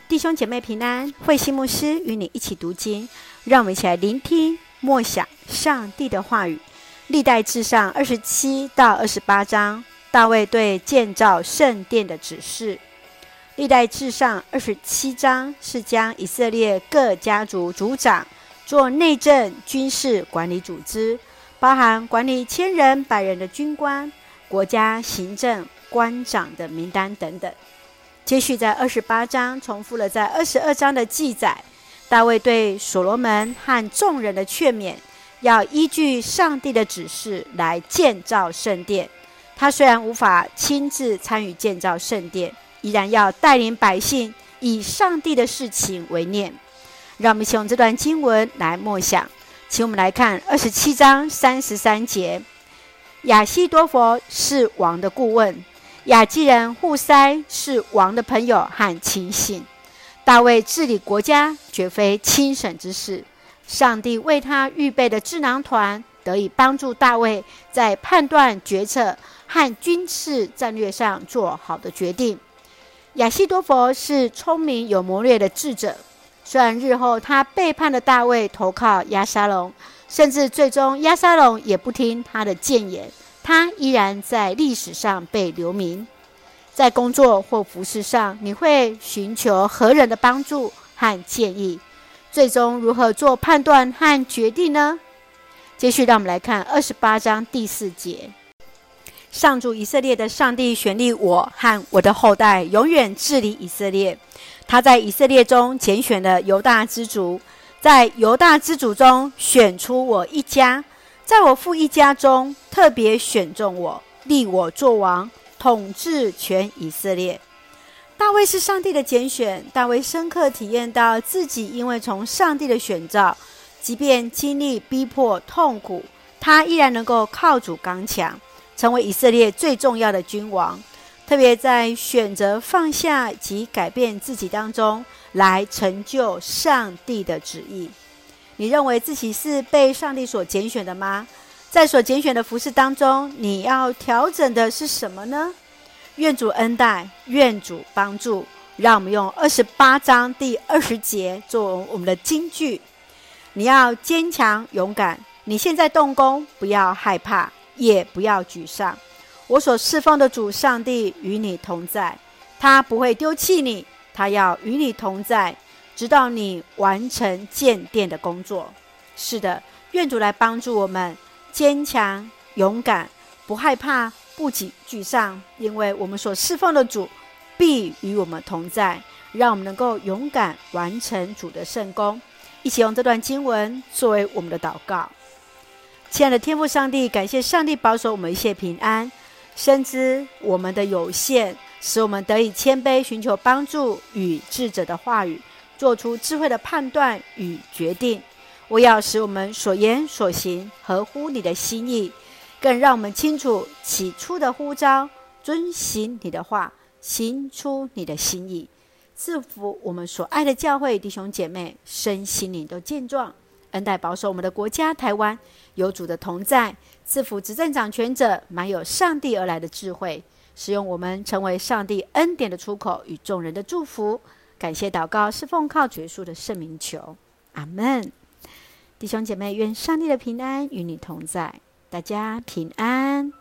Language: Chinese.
弟兄姐妹平安，慧馨牧师与你一起读经，让我们一起来聆听默想上帝的话语。历代志上27到28章，大卫对建造圣殿的指示。历代志上27章是将以色列各家族族长做内政军事管理组织，包含管理1000人、100人的军官、国家行政官长的名单等等。接续在28章重复了在22章的记载，大卫对所罗门和众人的劝勉，要依据上帝的指示来建造圣殿。他虽然无法亲自参与建造圣殿，依然要带领百姓以上帝的事情为念。让我们一起用这段经文来默想，请我们来看27章33节。亚希多弗是王的顾问，亚基人户塞是王的朋友和亲信。大卫治理国家绝非轻省之事，上帝为他预备的智囊团得以帮助大卫在判断决策和军事战略上做好的决定。亚希多弗是聪明有谋略的智者，虽然日后他背叛了大卫，投靠押沙龙，甚至最终押沙龙也不听他的谏言，他依然在历史上被留名。在工作或服事上，你会寻求何人的帮助和建议？最终如何做判断和决定呢？接续让我们来看28章第4节。上主以色列的上帝选立我和我的后代永远治理以色列。他在以色列中拣选了犹大支族，在犹大支族中选出我一家，在我父一家中特别选中我，立我作王，统治全以色列。大卫是上帝的拣选，大卫深刻体验到自己因为从上帝的选召，即便经历逼迫痛苦，他依然能够靠主刚强，成为以色列最重要的君王。特别在选择放下及改变自己当中，来成就上帝的旨意。你认为自己是被上帝所拣选的吗？在所拣选的服事当中，你要调整的是什么呢？愿主恩待，愿主帮助。让我们用28章第20节作为我们的金句。你要坚强勇敢，你现在动工，不要害怕，也不要沮丧。我所侍奉的主上帝与你同在，他不会丢弃你，他要与你同在，直到你完成建殿的工作。是的，愿主来帮助我们坚强勇敢，不害怕，不沮丧，因为我们所侍奉的主必与我们同在，让我们能够勇敢完成主的圣工。一起用这段经文作为我们的祷告。亲爱的天父上帝，感谢上帝保守我们一切平安，深知我们的有限，使我们得以谦卑，寻求帮助与智者的话语，做出智慧的判断与决定。我要使我们所言所行合乎你的心意，更让我们清楚起初的呼召，遵行你的话，行出你的心意。赐福我们所爱的教会弟兄姐妹，身心灵都健壮，恩待保守我们的国家台湾有主的同在，赐福执政掌权者满有上帝而来的智慧，使用我们成为上帝恩典的出口与众人的祝福。感谢祷告是奉靠主耶稣的圣名求，阿们。弟兄姐妹，愿上帝的平安与你同在，大家平安。